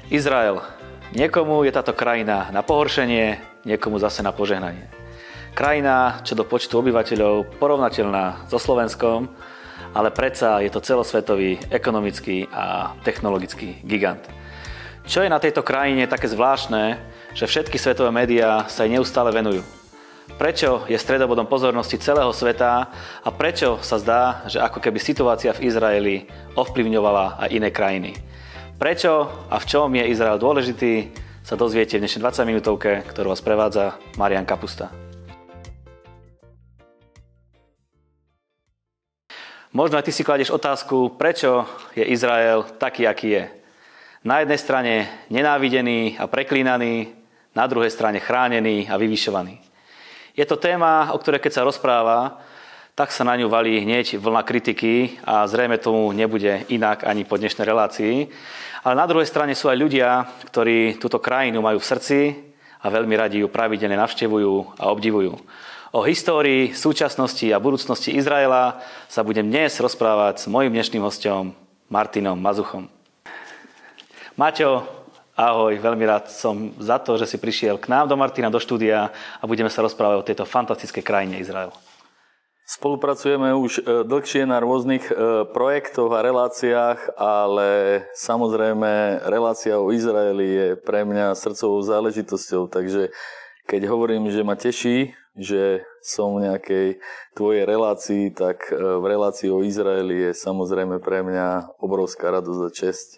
Izrael. Niekomu je táto krajina na pohoršenie, niekomu zase na požehnanie. Krajina, čo do počtu obyvateľov porovnateľná so Slovenskom, ale predsa je to celosvetový ekonomický a technologický gigant. Čo je na tejto krajine také zvláštne, že všetky svetové médiá sa jej neustále venujú? Prečo je stredobodom pozornosti celého sveta a prečo sa zdá, že ako keby situácia v Izraeli ovplyvňovala aj iné krajiny? Prečo a v čom je Izrael dôležitý, sa dozviete v dnešnej 20-minútovke, ktorú vás prevádza Marián Kapusta. Možno aj ty si kladieš otázku, prečo je Izrael taký, aký je. Na jednej strane nenávidený a preklínaný, na druhej strane chránený a vyvyšovaný. Je to téma, o ktorej keď sa rozpráva, tak sa na ňu valí hneď vlna kritiky a zrejme tomu nebude inak ani po dnešnej relácii. Ale na druhej strane sú aj ľudia, ktorí túto krajinu majú v srdci a veľmi radi ju pravidelne navštevujú a obdivujú. O histórii, súčasnosti a budúcnosti Izraela sa budem dnes rozprávať s mojím dnešným hosťom Martinom Mazuchom. Maťo, ahoj, veľmi rád som za to, že si prišiel k nám do Martina, do štúdia a budeme sa rozprávať o tejto fantastickej krajine Izrael. Spolupracujeme už dlhšie na rôznych projektoch a reláciách, ale samozrejme relácia o Izraeli je pre mňa srdcovou záležitosťou, takže keď hovorím, že ma teší, že som v nejakej tvojej relácii, tak v relácii o Izraeli je samozrejme pre mňa obrovská radosť a česť.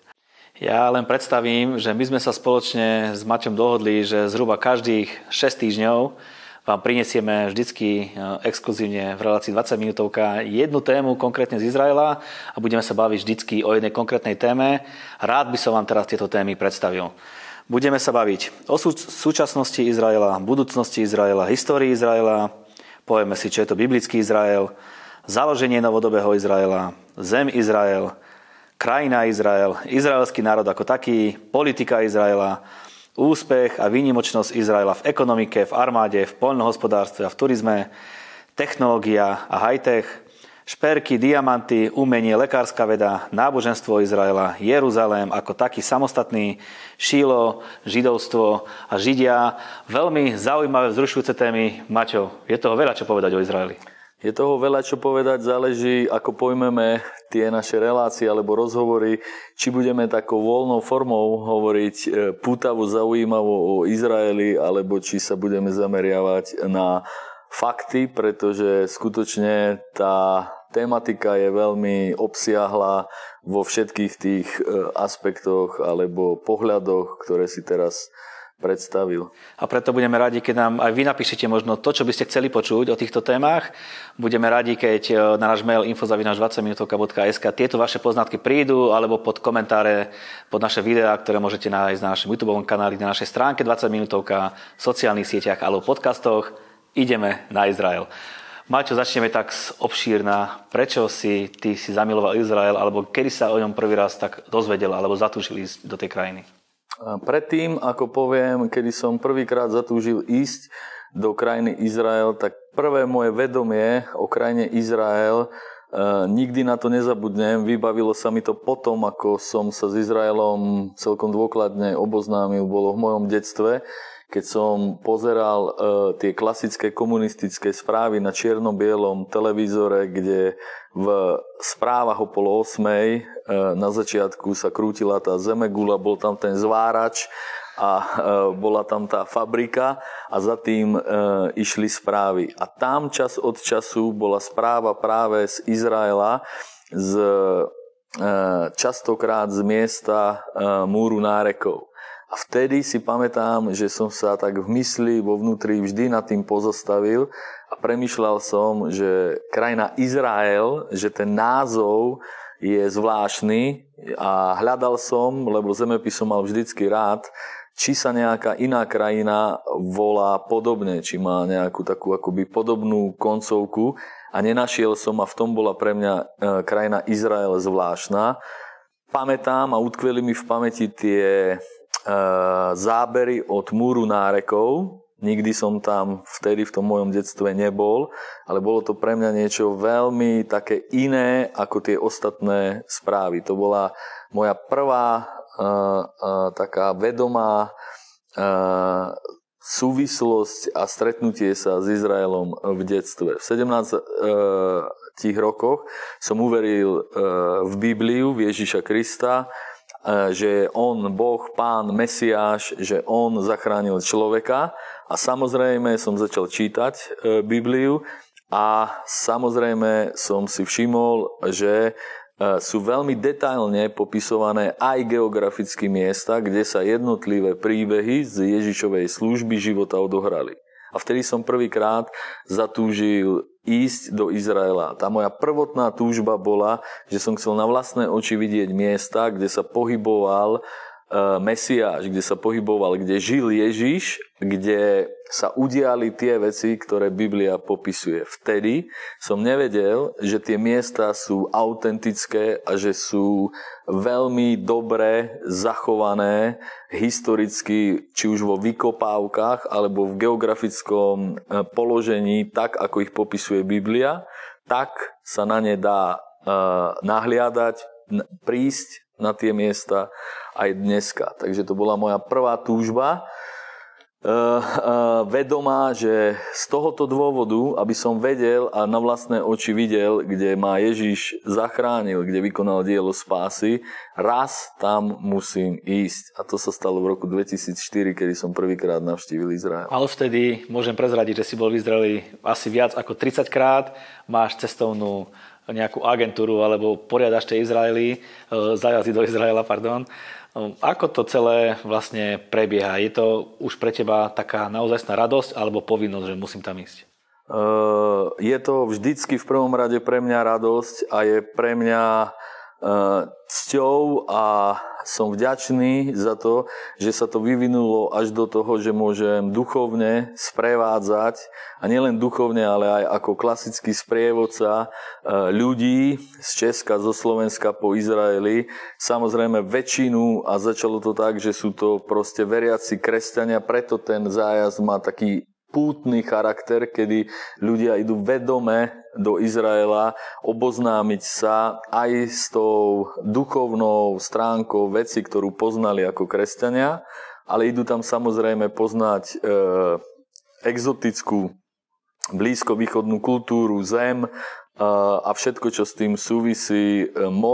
Ja len predstavím, že my sme sa spoločne s Maťom dohodli, že zhruba každých 6 týždňov vám prinesieme vždycky exkluzívne v relácii 20 minútovka jednu tému konkrétne z Izraela a budeme sa baviť vždycky o jednej konkrétnej téme. Rád by som vám teraz tieto témy predstavil. Budeme sa baviť o súčasnosti Izraela, budúcnosti Izraela, histórii Izraela, povieme si, čo je to biblický Izrael, založenie novodobého Izraela, zem Izrael, krajina Izrael, izraelský národ ako taký, politika Izraela, úspech a výnimočnosť Izraela v ekonomike, v armáde, v poľnohospodárstve a v turizme, technológia a high-tech, šperky, diamanty, umenie, lekárska veda, náboženstvo Izraela, Jeruzalém ako taký samostatný, Šílo, židovstvo a Židia. Veľmi zaujímavé, vzrušujúce témy. Maťo, je toho veľa čo povedať o Izraeli. Je toho veľa čo povedať, záleží, ako pojmeme tie naše relácie alebo rozhovory, či budeme takou voľnou formou hovoriť pútavo, zaujímavo o Izraeli, alebo či sa budeme zameriavať na fakty, pretože skutočne tá tematika je veľmi obsiahla vo všetkých tých aspektoch alebo pohľadoch, ktoré si teraz predstavil. A preto budeme radi, keď nám aj vy napíšete možno to, čo by ste chceli počuť o týchto témach. Budeme radi, keď na náš mail info@20minutovka.sk tieto vaše poznatky prídu, alebo pod komentáre pod naše videá, ktoré môžete nájsť na našom YouTube kanáli, na našej stránke 20 minútovka, v sociálnych sieťach alebo podcastoch. Ideme na Izrael. Maťo, začneme tak obšírna. Prečo si ty zamiloval Izrael, alebo kedy sa o ňom prvý raz tak dozvedel, alebo zatúžil ísť do tej krajiny? Predtým, ako poviem, kedy som prvýkrát zatúžil ísť do krajiny Izrael, tak prvé moje vedomie o krajine Izrael, nikdy na to nezabudnem, vybavilo sa mi to potom, ako som sa s Izraelom celkom dôkladne oboznámil, bolo v mojom detstve, keď som pozeral tie klasické komunistické správy na čierno-bielom televízore, kde v správach o 7:30 na začiatku sa krútila tá zemegula, bol tam ten zvárač a bola tam tá fabrika a za tým išli správy. A tam čas od času bola správa práve z Izraela, častokrát z miesta múru nárekov. A vtedy si pamätám, že som sa tak v mysli, vo vnútri vždy nad tým pozastavil a premýšľal som, že krajina Izrael, že ten názov je zvláštny a hľadal som, lebo zemepis som mal vždycky rád, či sa nejaká iná krajina volá podobne, či má nejakú takú akoby podobnú koncovku a nenašiel som a v tom bola pre mňa krajina Izrael zvláštna. Pamätám a utkveli mi v pamäti tie zábery od múru nárekov. Nikdy som tam vtedy v tom mojom detstve nebol, ale bolo to pre mňa niečo veľmi také iné ako tie ostatné správy. To bola moja prvá taká vedomá súvislosť a stretnutie sa s Izraelom v detstve. V 17 rokoch som uveril v Bibliu, v Ježiša Krista, že je on Boh, Pán, Mesiáš, že on zachránil človeka a samozrejme som začal čítať Bibliu a samozrejme som si všimol, že sú veľmi detailne popisované aj geografické miesta, kde sa jednotlivé príbehy z Ježišovej služby života odohrali. A vtedy som prvýkrát zatúžil ísť do Izraela. Tá moja prvotná túžba bola, že som chcel na vlastné oči vidieť miesta, kde sa pohyboval Mesiáš, kde žil Ježiš, kde sa udiali tie veci, ktoré Biblia popisuje. Vtedy som nevedel, že tie miesta sú autentické a že sú veľmi dobre zachované historicky, či už vo vykopávkach alebo v geografickom položení, tak ako ich popisuje Biblia, tak sa na ne dá nahliadať, prísť na tie miesta aj dneska. Takže to bola moja prvá túžba, vedomá, že z tohoto dôvodu, aby som vedel a na vlastné oči videl, kde ma Ježiš zachránil, kde vykonal dielo spásy, raz tam musím ísť. A to sa stalo v roku 2004, kedy som prvýkrát navštívil Izrael. Ale vtedy môžem prezradiť, že si bol v Izraeli asi viac ako 30 krát, máš cestovnú nejakú agentúru alebo poriadaš tie zájazdy do Izraela, pardon. Ako to celé vlastne prebieha? Je to už pre teba taká naozajstná radosť alebo povinnosť, že musím tam ísť? Je to vždycky v prvom rade pre mňa radosť a je pre mňa cťou a som vďačný za to, že sa to vyvinulo až do toho, že môžem duchovne sprevádzať a nielen duchovne, ale aj ako klasický sprievodca ľudí z Česka, zo Slovenska po Izraeli. Samozrejme väčšinu a začalo to tak, že sú to proste veriaci kresťania, preto ten zájazd má taký pútny charakter, kedy ľudia idú vedome do Izraela oboznámiť sa aj s tou duchovnou stránkou veci, ktorú poznali ako kresťania, ale idú tam samozrejme poznať exotickú blízkovýchodnú kultúru, zem a všetko, čo s tým súvisí,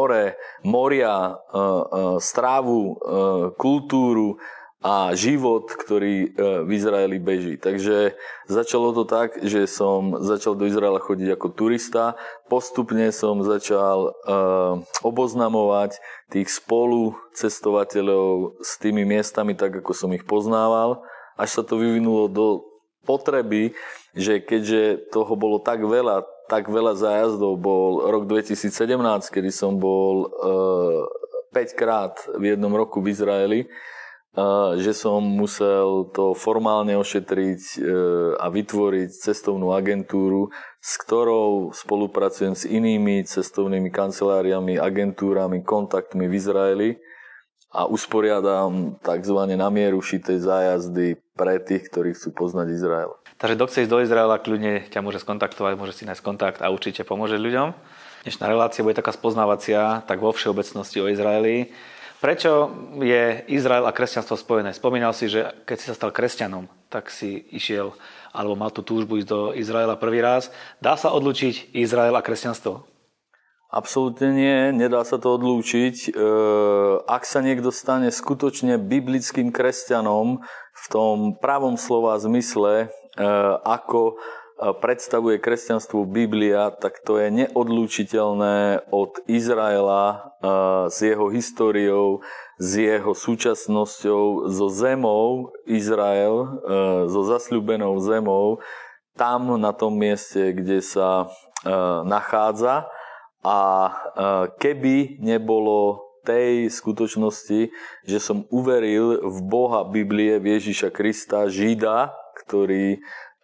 moria, strávu, kultúru a život, ktorý v Izraeli beží. Takže začalo to tak, že som začal do Izraela chodiť ako turista. Postupne som začal oboznamovať tých spolucestovateľov s tými miestami, tak ako som ich poznával. Až sa to vyvinulo do potreby, že keďže toho bolo tak veľa zájazdov, bol rok 2017, kedy som bol 5 krát v jednom roku v Izraeli, že som musel to formálne ošetriť a vytvoriť cestovnú agentúru, s ktorou spolupracujem s inými cestovnými kanceláriami, agentúrami, kontaktmi v Izraeli a usporiadam tzv. Na mieru šité zájazdy pre tých, ktorí chcú poznať Izrael. Takže kto chce ísť do Izraela, kľudne ťa môže skontaktovať, môže si nájsť kontakt a určite pomôže ľuďom. Dnešná relácia bude taká spoznávacia, tak vo všeobecnosti o Izraeli. Prečo je Izrael a kresťanstvo spojené? Spomínal si, že keď si sa stal kresťanom, tak si išiel alebo mal tú túžbu ísť do Izraela prvý raz. Dá sa odlúčiť Izrael a kresťanstvo? Absolútne nie, nedá sa to odlúčiť. Ak sa niekto stane skutočne biblickým kresťanom v tom pravom slova zmysle, ako predstavuje kresťanstvo Biblia, tak to je neodlúčiteľné od Izraela s jeho históriou, s jeho súčasnosťou, so zemou Izrael, so zasľúbenou zemou, tam na tom mieste, kde sa nachádza. A keby nebolo tej skutočnosti, že som uveril v Boha Biblie, v Ježiša Krista, Žida, ktorý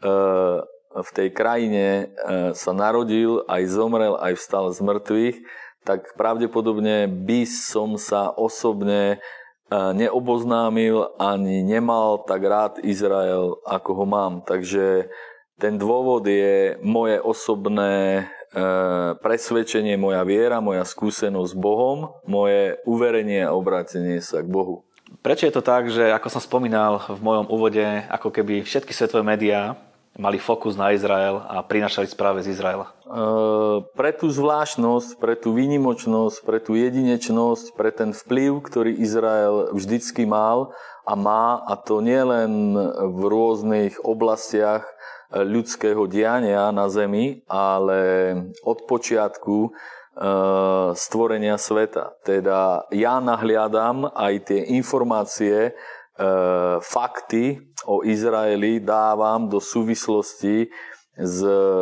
v tej krajine sa narodil, aj zomrel, aj vstal z mŕtvych, tak pravdepodobne by som sa osobne neoboznámil ani nemal tak rád Izrael, ako ho mám. Takže ten dôvod je moje osobné presvedčenie, moja viera, moja skúsenosť s Bohom, moje uverenie a obrátenie sa k Bohu. Prečo je to tak, že ako som spomínal v mojom úvode, ako keby všetky svetové médiá mali fokus na Izrael a prinášali správe z Izraela? Pre tú zvláštnosť, pre tú výnimočnosť, pre tú jedinečnosť, pre ten vplyv, ktorý Izrael vždycky mal a má, a to nie len v rôznych oblastiach ľudského diania na zemi, ale od počiatku stvorenia sveta. Teda ja nahliadam aj tie informácie, fakty o Izraeli dávam do súvislosti s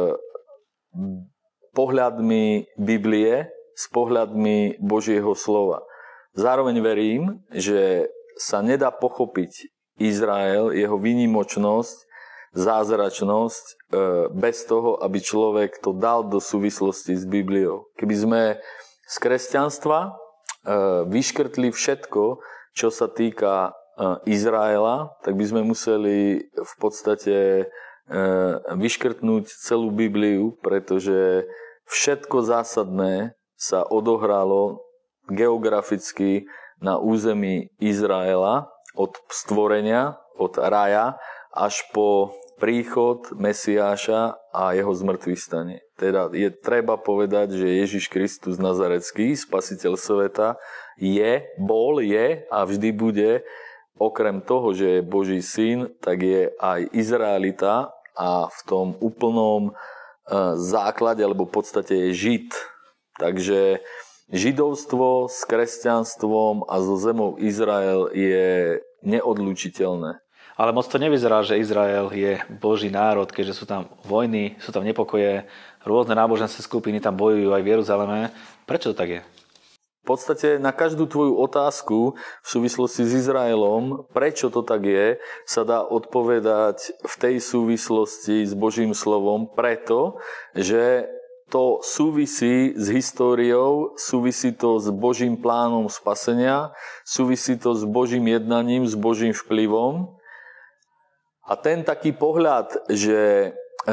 pohľadmi Biblie, s pohľadmi Božieho slova. Zároveň verím, že sa nedá pochopiť Izrael, jeho výnimočnosť, zázračnosť bez toho, aby človek to dal do súvislosti s Bibliou. Keby sme z kresťanstva vyškrtli všetko, čo sa týka Izraela, tak by sme museli v podstate vyškrtnúť celú Bibliu, pretože všetko zásadné sa odohralo geograficky na území Izraela od stvorenia, od raja, až po príchod Mesiáša a jeho zmŕtvychvstanie. Teda je treba povedať, že Ježiš Kristus Nazarecký, spasiteľ sveta, bol a vždy bude, okrem toho, že je Boží syn, tak je aj Izraelita a v tom úplnom základe, alebo v podstate je Žid. Takže židovstvo s kresťanstvom a so zemou Izrael je neodlučiteľné. Ale moc to nevyzerá, že Izrael je Boží národ, keďže sú tam vojny, sú tam nepokoje, rôzne náboženské skupiny tam bojujú aj v Jeruzaleme. Prečo to tak je? V podstate na každú tvoju otázku v súvislosti s Izraelom, prečo to tak je, sa dá odpovedať v tej súvislosti s Božím slovom, preto, že to súvisí s históriou, súvisí to s Božím plánom spasenia, súvisí to s Božím jednaním, s Božím vplyvom. A ten taký pohľad, že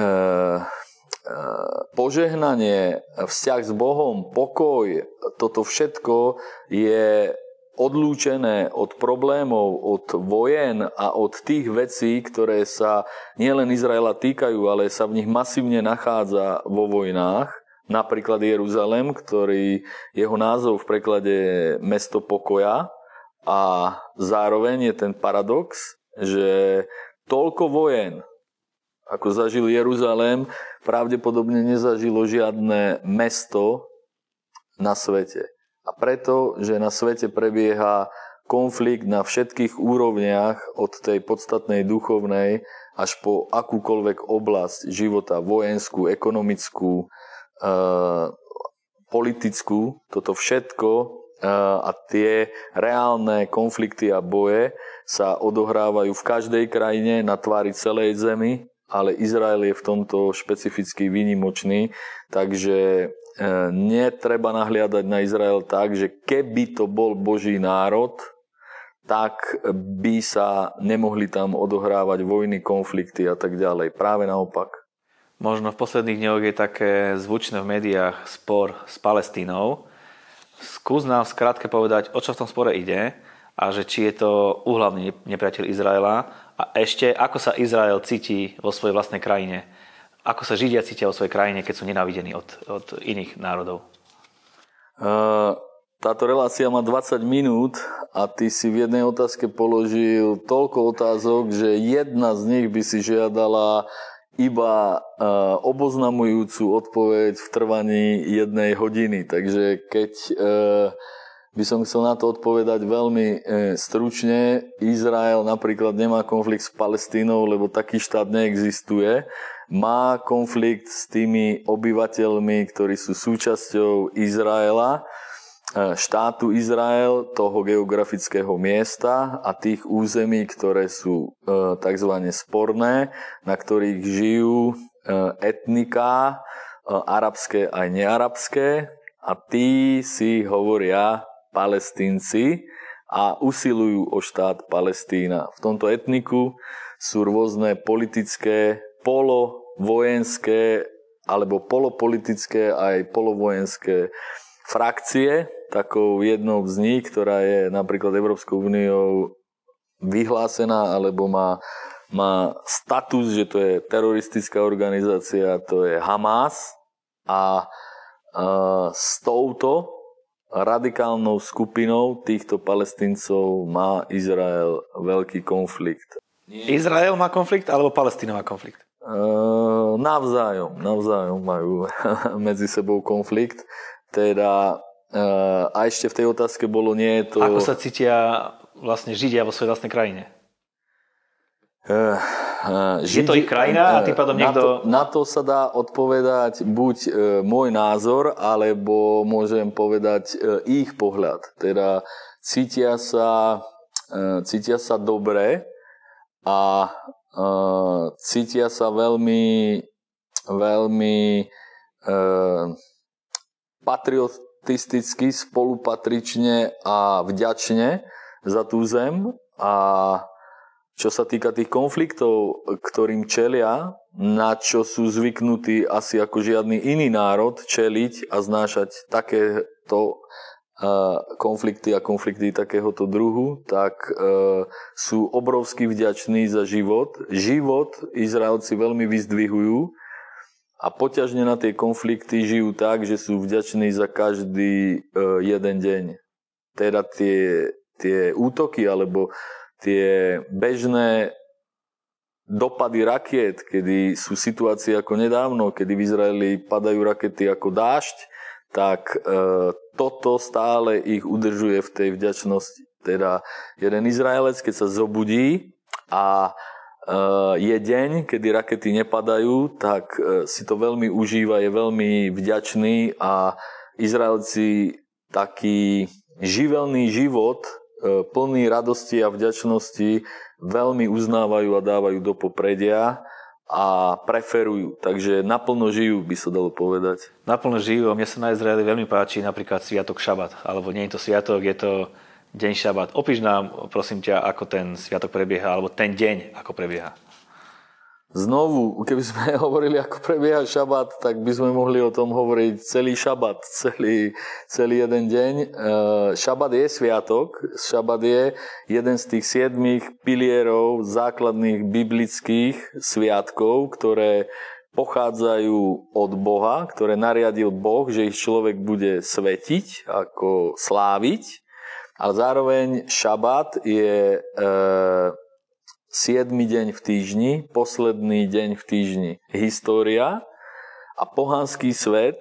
požehnanie, vzťah s Bohom, pokoj, toto všetko je odlúčené od problémov, od vojen a od tých vecí, ktoré sa nielen Izraela týkajú, ale sa v nich masívne nachádza vo vojnách. Napríklad Jeruzalem, ktorý jeho názov v preklade je mesto pokoja, a zároveň je ten paradox, že toľko vojen, ako zažil Jeruzalém, pravdepodobne nezažilo žiadne mesto na svete. A preto, že na svete prebieha konflikt na všetkých úrovniach, od tej podstatnej duchovnej až po akúkoľvek oblasť života, vojenskú, ekonomickú, politickú, toto všetko a tie reálne konflikty a boje sa odohrávajú v každej krajine na tvári celej zemi, ale Izrael je v tomto špecificky výnimočný, takže netreba nahliadať na Izrael tak, že keby to bol Boží národ, tak by sa nemohli tam odohrávať vojny, konflikty a tak ďalej. Práve naopak. Možno v posledných dňoch je také zvučné v médiách spor s Palestínou. Skús nám skrátke povedať, o čo v tom spore ide a že či je to úhlavný nepriateľ Izraela a ešte ako sa Izrael cíti vo svojej vlastnej krajine. Ako sa Židia cítia vo svojej krajine, keď sú nenávidení od iných národov? Táto relácia má 20 minút a ty si v jednej otázke položil toľko otázok, že jedna z nich by si žiadala iba oboznamujúcu odpoveď v trvaní 1 hodiny. Takže keď by som chcel na to odpovedať veľmi stručne, Izrael napríklad nemá konflikt s Palestínou, lebo taký štát neexistuje. Má konflikt s tými obyvateľmi, ktorí sú súčasťou Izraela, štátu Izrael, toho geografického miesta a tých území, ktoré sú tzv. Sporné, na ktorých žijú etniká, arabské aj nearabské, a tí si hovoria Palestínci a usilujú o štát Palestína. V tomto etniku sú rôzne politické, polovojenské alebo polopolitické aj polovojenské frakcie. Takou jednou z nich, ktorá je napríklad Európskou úniou vyhlásená alebo má status, že to je teroristická organizácia, to je Hamas a s touto radikálnou skupinou týchto Palestíncov má Izrael veľký konflikt. Izrael má konflikt alebo Palestína má konflikt? Navzájom majú medzi sebou konflikt. Teda a ešte v tej otázke bolo nie je to... Ako sa cítia vlastne Židia vo svojej vlastnej krajine? Je to ich krajina a tým pádom niekto... Na to sa dá odpovedať buď môj názor, alebo môžem povedať ich pohľad. Teda cítia sa dobre a cítia sa veľmi patriotisticky, spolupatrične a vďačne za tú zem. A čo sa týka tých konfliktov, ktorým čelia, na čo sú zvyknutí asi ako žiadny iný národ čeliť a znášať takéto konflikty a konflikty takéhoto druhu, tak sú obrovsky vďační za život. Život Izraelci veľmi vyzdvihujú a poťažne na tie konflikty žijú tak, že sú vďační za každý jeden deň. Teda tie útoky alebo tie bežné dopady rakiet, kedy sú situácie ako nedávno, kedy v Izraeli padajú rakety ako dážď, tak toto stále ich udržuje v tej vďačnosti. Teda jeden Izraelec, keď sa zobudí a je deň, kedy rakety nepadajú, tak si to veľmi užíva, je veľmi vďačný a Izraelci taký živelný život plný radosti a vďačnosti veľmi uznávajú a dávajú do popredia a preferujú. Takže naplno žijú, by sa dalo povedať. Naplno žijú a mne sa na Izraeli veľmi páči napríklad sviatok šabat. Alebo nie je to sviatok, je to deň šabat. Opíš nám, prosím ťa, ako ten sviatok prebieha, alebo ten deň, ako prebieha. Znovu, keby sme hovorili, ako prebieha šabat, tak by sme mohli o tom hovoriť celý šabat, celý jeden deň. Šabat je sviatok. Šabat je jeden z tých 7 pilierov základných biblických sviatkov, ktoré pochádzajú od Boha, ktoré nariadil Boh, že ich človek bude svetiť, ako sláviť. Ale zároveň šabat je 7. deň v týždni, posledný deň v týždni. História a pohanský svet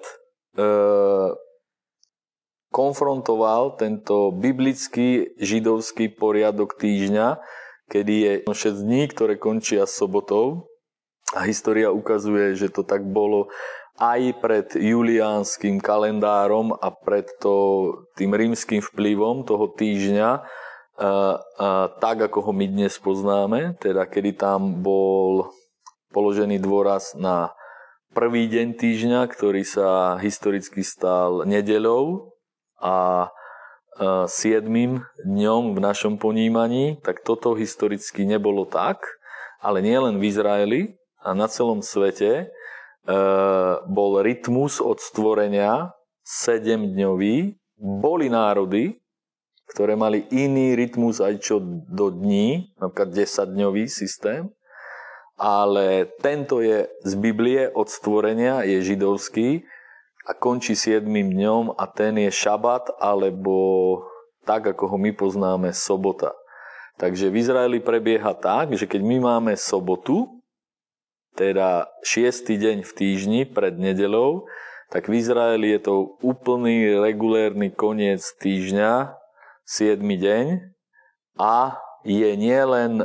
konfrontoval tento biblický židovský poriadok týždňa, kedy je 6 dní, ktoré končia sobotou. A história ukazuje, že to tak bolo aj pred juliánskym kalendárom a pred tým rímskym vplyvom toho týždňa, tak ako ho my dnes poznáme, teda kedy tam bol položený dôraz na prvý deň týždňa, ktorý sa historicky stal nedeľou a 7. dňom v našom ponímaní, tak toto historicky nebolo tak, ale nie len v Izraeli a na celom svete bol rytmus od stvorenia 7-dňový. Boli národy, ktoré mali iný rytmus aj čo do dní, napríklad 10-dňový systém, ale tento je z Biblie od stvorenia, je židovský a končí 7. dňom a ten je šabat, alebo tak, ako ho my poznáme, sobota. Takže v Izraeli prebieha tak, že keď my máme sobotu, teda 6. deň v týždni pred nedeľou, tak v Izraeli je to úplný regulérny koniec týždňa, 7. deň a je nielen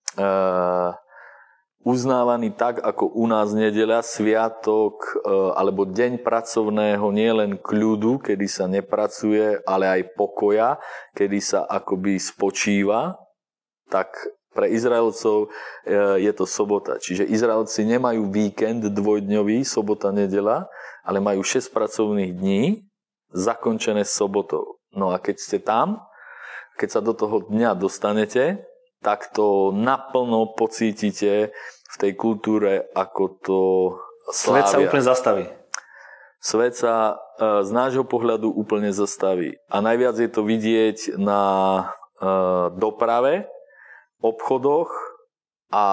uznávaný tak, ako u nás nedeľa, sviatok alebo deň pracovného, nielen kľudu, kedy sa nepracuje, ale aj pokoja, kedy sa akoby spočíva, tak pre Izraelcov je to sobota. Čiže Izraelci nemajú víkend dvojdňový, sobota, nedeľa, ale majú 6 pracovných dní, zakončené sobotou. No a keď ste tam, keď sa do toho dňa dostanete, tak to naplno pocítite v tej kultúre, ako to Svet sa úplne zastaví. Svet sa z nášho pohľadu úplne zastaví. A najviac je to vidieť na doprave, obchodoch a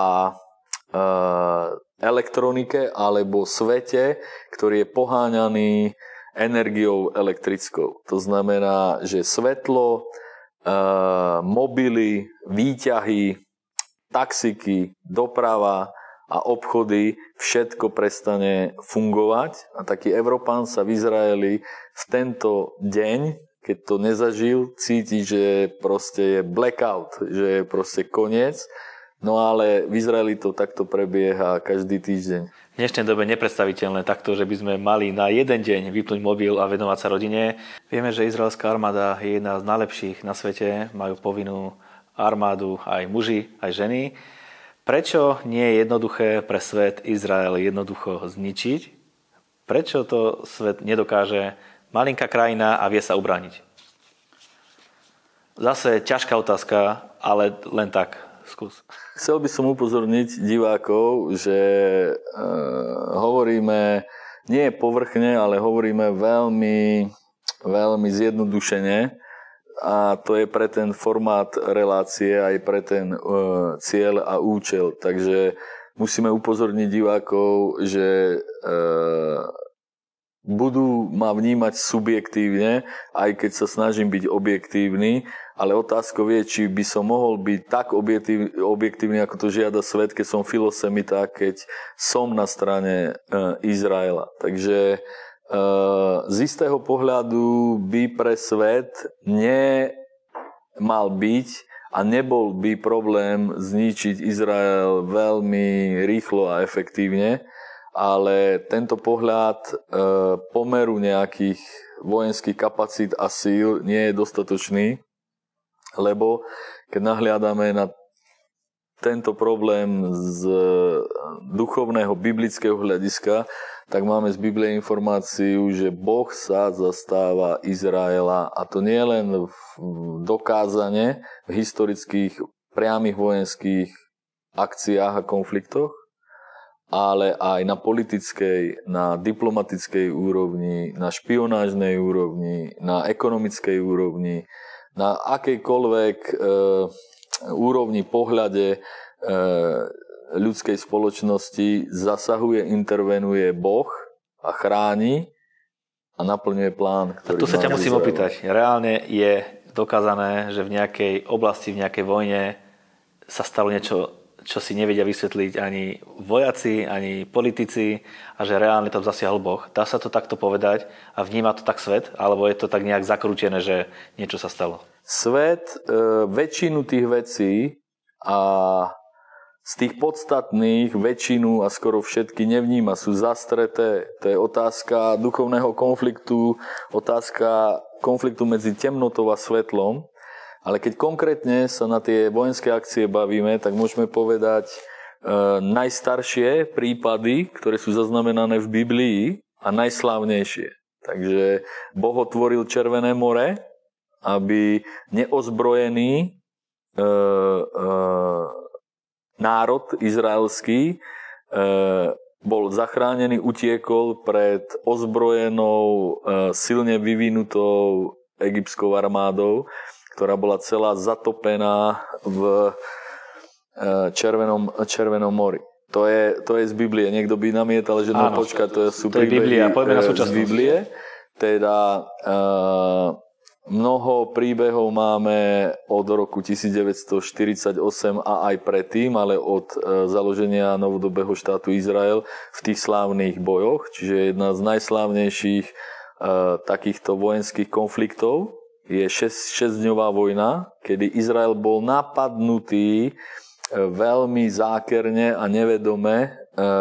elektronike alebo svete, ktorý je poháňaný energiou elektrickou. To znamená, že svetlo, mobily, výťahy, taxiky, doprava a obchody, všetko prestane fungovať. A taký Európan sa v Izraeli v tento deň, keď to nezažil, cíti, že proste je blackout, že je proste koniec. No ale v Izraeli to takto prebieha každý týždeň. V dnešnej dobe nepredstaviteľné takto, že by sme mali na jeden deň vypnúť mobil a venovať sa rodine. Vieme, že izraelská armáda je jedna z najlepších na svete, majú povinnú armádu aj muži, aj ženy. Prečo nie je jednoduché pre svet Izrael jednoducho zničiť? Prečo to svet nedokáže? Malinká krajina a vie sa ubrániť. Zase ťažká otázka, ale len tak, skús. Chcel by som upozorniť divákov, že hovoríme nie povrchne, ale hovoríme veľmi, veľmi zjednodušene. A to je pre ten formát relácie, aj pre ten cieľ a účel. Takže musíme upozorniť divákov, že budú ma vnímať subjektívne, aj keď sa snažím byť objektívny, ale otázkou je, či by som mohol byť tak objektívny, ako to žiada svet, keď som filosemita, keď som na strane Izraela. Takže z istého pohľadu by pre svet nemal byť a nebol by problém zničiť Izrael veľmi rýchlo a efektívne, ale tento pohľad pomeru nejakých vojenských kapacít a síl nie je dostatočný, lebo keď nahliadame na tento problém z duchovného biblického hľadiska, tak máme z Biblie informáciu, že Boh sa zastáva Izraela, a to nie len dokázane v historických priamych vojenských akciách a konfliktoch, ale aj na politickej, na diplomatickej úrovni, na špionážnej úrovni, na ekonomickej úrovni, na akejkoľvek úrovni, pohľade ľudskej spoločnosti zasahuje, intervenuje Boh a chráni a naplňuje plán, ktorý má. Tu sa ťa musím opýtať. Reálne je dokázané, že v nejakej oblasti, v nejakej vojne sa stalo niečo, čo si nevedia vysvetliť ani vojaci, ani politici, a že reálne tam zasiahol Boh. Dá sa to takto povedať a vníma to tak svet? Alebo je to tak nejak zakrútené, že niečo sa stalo? Svet väčšinu tých vecí a z tých podstatných väčšinu a skoro všetky nevníma, sú zastreté. To je otázka duchovného konfliktu, otázka konfliktu medzi temnotou a svetlom. Ale keď konkrétne sa na tie vojenské akcie bavíme, tak môžeme povedať najstaršie prípady, ktoré sú zaznamenané v Biblii, a najslávnejšie. Takže Boh otvoril Červené more, aby neozbrojený národ izraelský bol zachránený, utiekol pred ozbrojenou, silne vyvinutou egyptskou armádou, ktorá bola celá zatopená v Červenom mori. To je z Biblie. Niekto by namietal, že počkaj, to sú príbehy z Biblie. Teda mnoho príbehov máme od roku 1948 a aj predtým, ale od založenia novodobého štátu Izrael v tých slávnych bojoch, čiže jedna z najslávnejších takýchto vojenských konfliktov je 6-dňová vojna, kedy Izrael bol napadnutý veľmi zákerne a nevedome,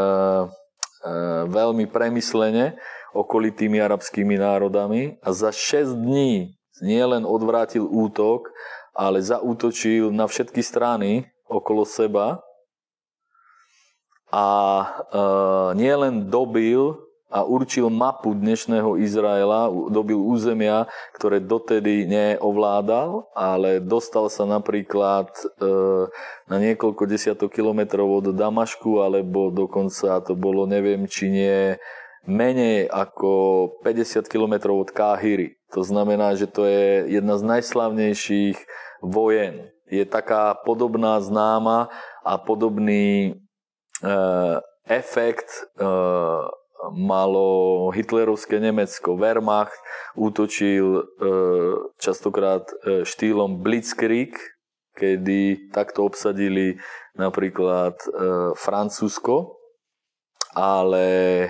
veľmi premyslene okolitými arabskými národami, a za 6 dní nielen odvrátil útok, ale zaútočil na všetky strany okolo seba a nielen dobil a určil mapu dnešného Izraela, dobil územia, ktoré dotedy neovládal, ale dostal sa napríklad na niekoľko desiatok kilometrov od Damašku, alebo dokonca to bolo, neviem, či nie menej ako 50 kilometrov od Káhiry. To znamená, že to je jedna z najslavnejších vojen. Je taká podobná známa a podobný efekt malo hitlerovské Nemecko. Wehrmacht útočil častokrát štýlom Blitzkrieg, kedy takto obsadili napríklad Francúzsko, ale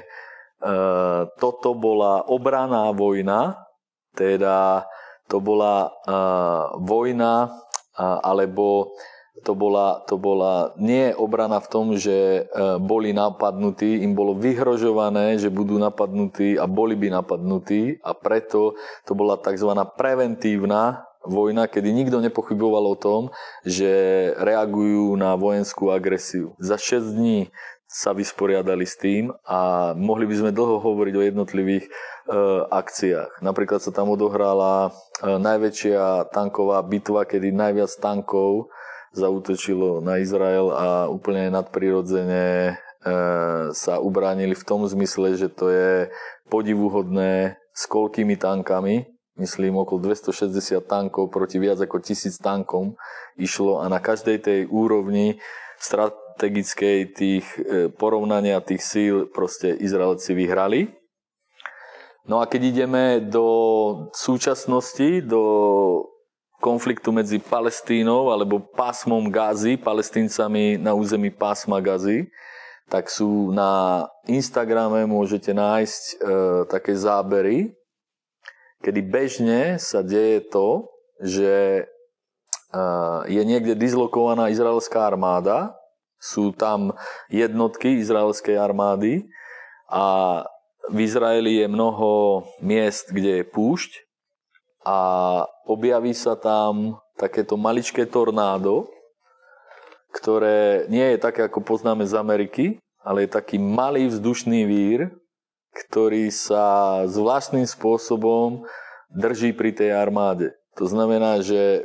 toto bola obranná vojna, teda to bola vojna, alebo to bola nie obrana v tom, že boli napadnutí, im bolo vyhrožované, že budú napadnutí a boli by napadnutí, a preto to bola tzv. Preventívna vojna, kedy nikto nepochyboval o tom, že reagujú na vojenskú agresiu. Za 6 dní sa vysporiadali s tým a mohli by sme dlho hovoriť o jednotlivých akciách. Napríklad sa tam odohrala najväčšia tanková bitva, kedy najviac tankov zaútočilo na Izrael a úplne nadprirodzene sa ubránili v tom zmysle, že to je podivuhodné, s koľkými tankami, myslím okolo 260 tankov proti viac ako 1000 tankom išlo, a na každej tej úrovni strategickej tých porovnania tých síl proste Izraelci vyhrali. No a keď ideme do súčasnosti, do konfliktu medzi Palestínou alebo pásmom Gazy, Palestíncami na území pásma Gazy, tak sú na Instagrame, môžete nájsť také zábery, kedy bežne sa deje to, že je niekde dislokovaná izraelská armáda, sú tam jednotky izraelskej armády a v Izraeli je mnoho miest, kde je púšť, a objaví sa tam takéto maličké tornádo, ktoré nie je také, ako poznáme z Ameriky, ale je taký malý vzdušný vír, ktorý sa zvláštnym spôsobom drží pri tej armáde. To znamená, že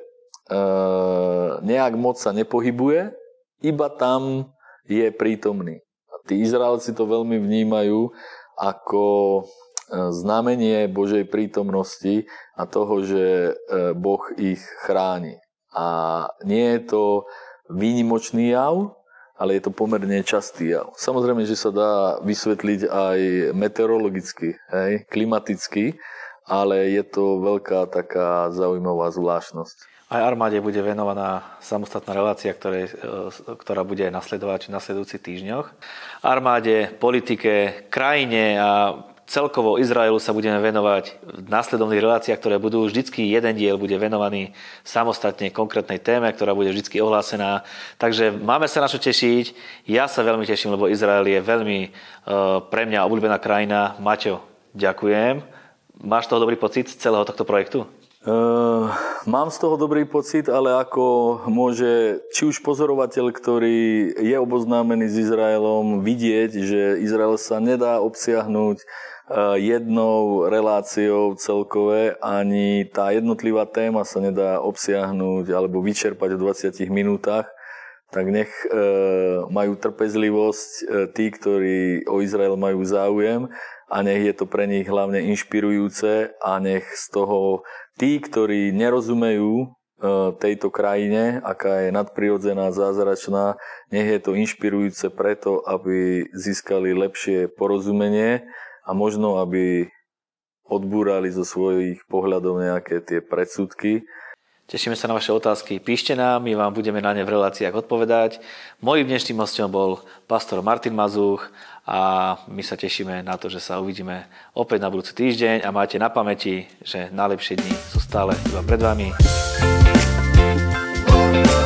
nejak moc sa nepohybuje, iba tam je prítomný. A tí Izraelci to veľmi vnímajú ako znamenie Božej prítomnosti a toho, že Boh ich chráni. A nie je to výnimočný jav, ale je to pomerne častý jav. Samozrejme, že sa dá vysvetliť aj meteorologicky, klimaticky, ale je to veľká taká zaujímavá zvláštnosť. Aj armáde bude venovaná samostatná relácia, ktorá bude nasledovať v nasledujúcich týždňoch. Armáde, politike, krajine a celkovo Izraelu sa budeme venovať v následovných reláciách, ktoré budú vždycky, jeden diel bude venovaný samostatne konkrétnej téme, ktorá bude vždycky ohlásená. Takže máme sa na čo tešiť. Ja sa veľmi teším, lebo Izrael je veľmi pre mňa obľúbená krajina. Maťo, ďakujem. Máš z toho dobrý pocit z celého tohto projektu? Mám z toho dobrý pocit, ale ako môže či už pozorovateľ, ktorý je oboznámený s Izraelom, vidieť, že Izrael sa nedá obsiahnuť jednou reláciou celkové, ani tá jednotlivá téma sa nedá obsiahnuť alebo vyčerpať v 20 minútach, tak nech majú trpezlivosť tí, ktorí o Izrael majú záujem, a nech je to pre nich hlavne inšpirujúce, a nech z toho tí, ktorí nerozumejú tejto krajine, aká je nadprirodzená, zázračná, nech je to inšpirujúce preto, aby získali lepšie porozumenie a možno, aby odbúrali zo svojich pohľadov nejaké tie predsudky. Tešíme sa na vaše otázky. Píšte nám, my vám budeme na ne v reláciách odpovedať. Mojím dnešným hostom bol pastor Martin Mazuch a my sa tešíme na to, že sa uvidíme opäť na budúci týždeň, a máte na pamäti, že najlepšie dni sú stále iba pred vami.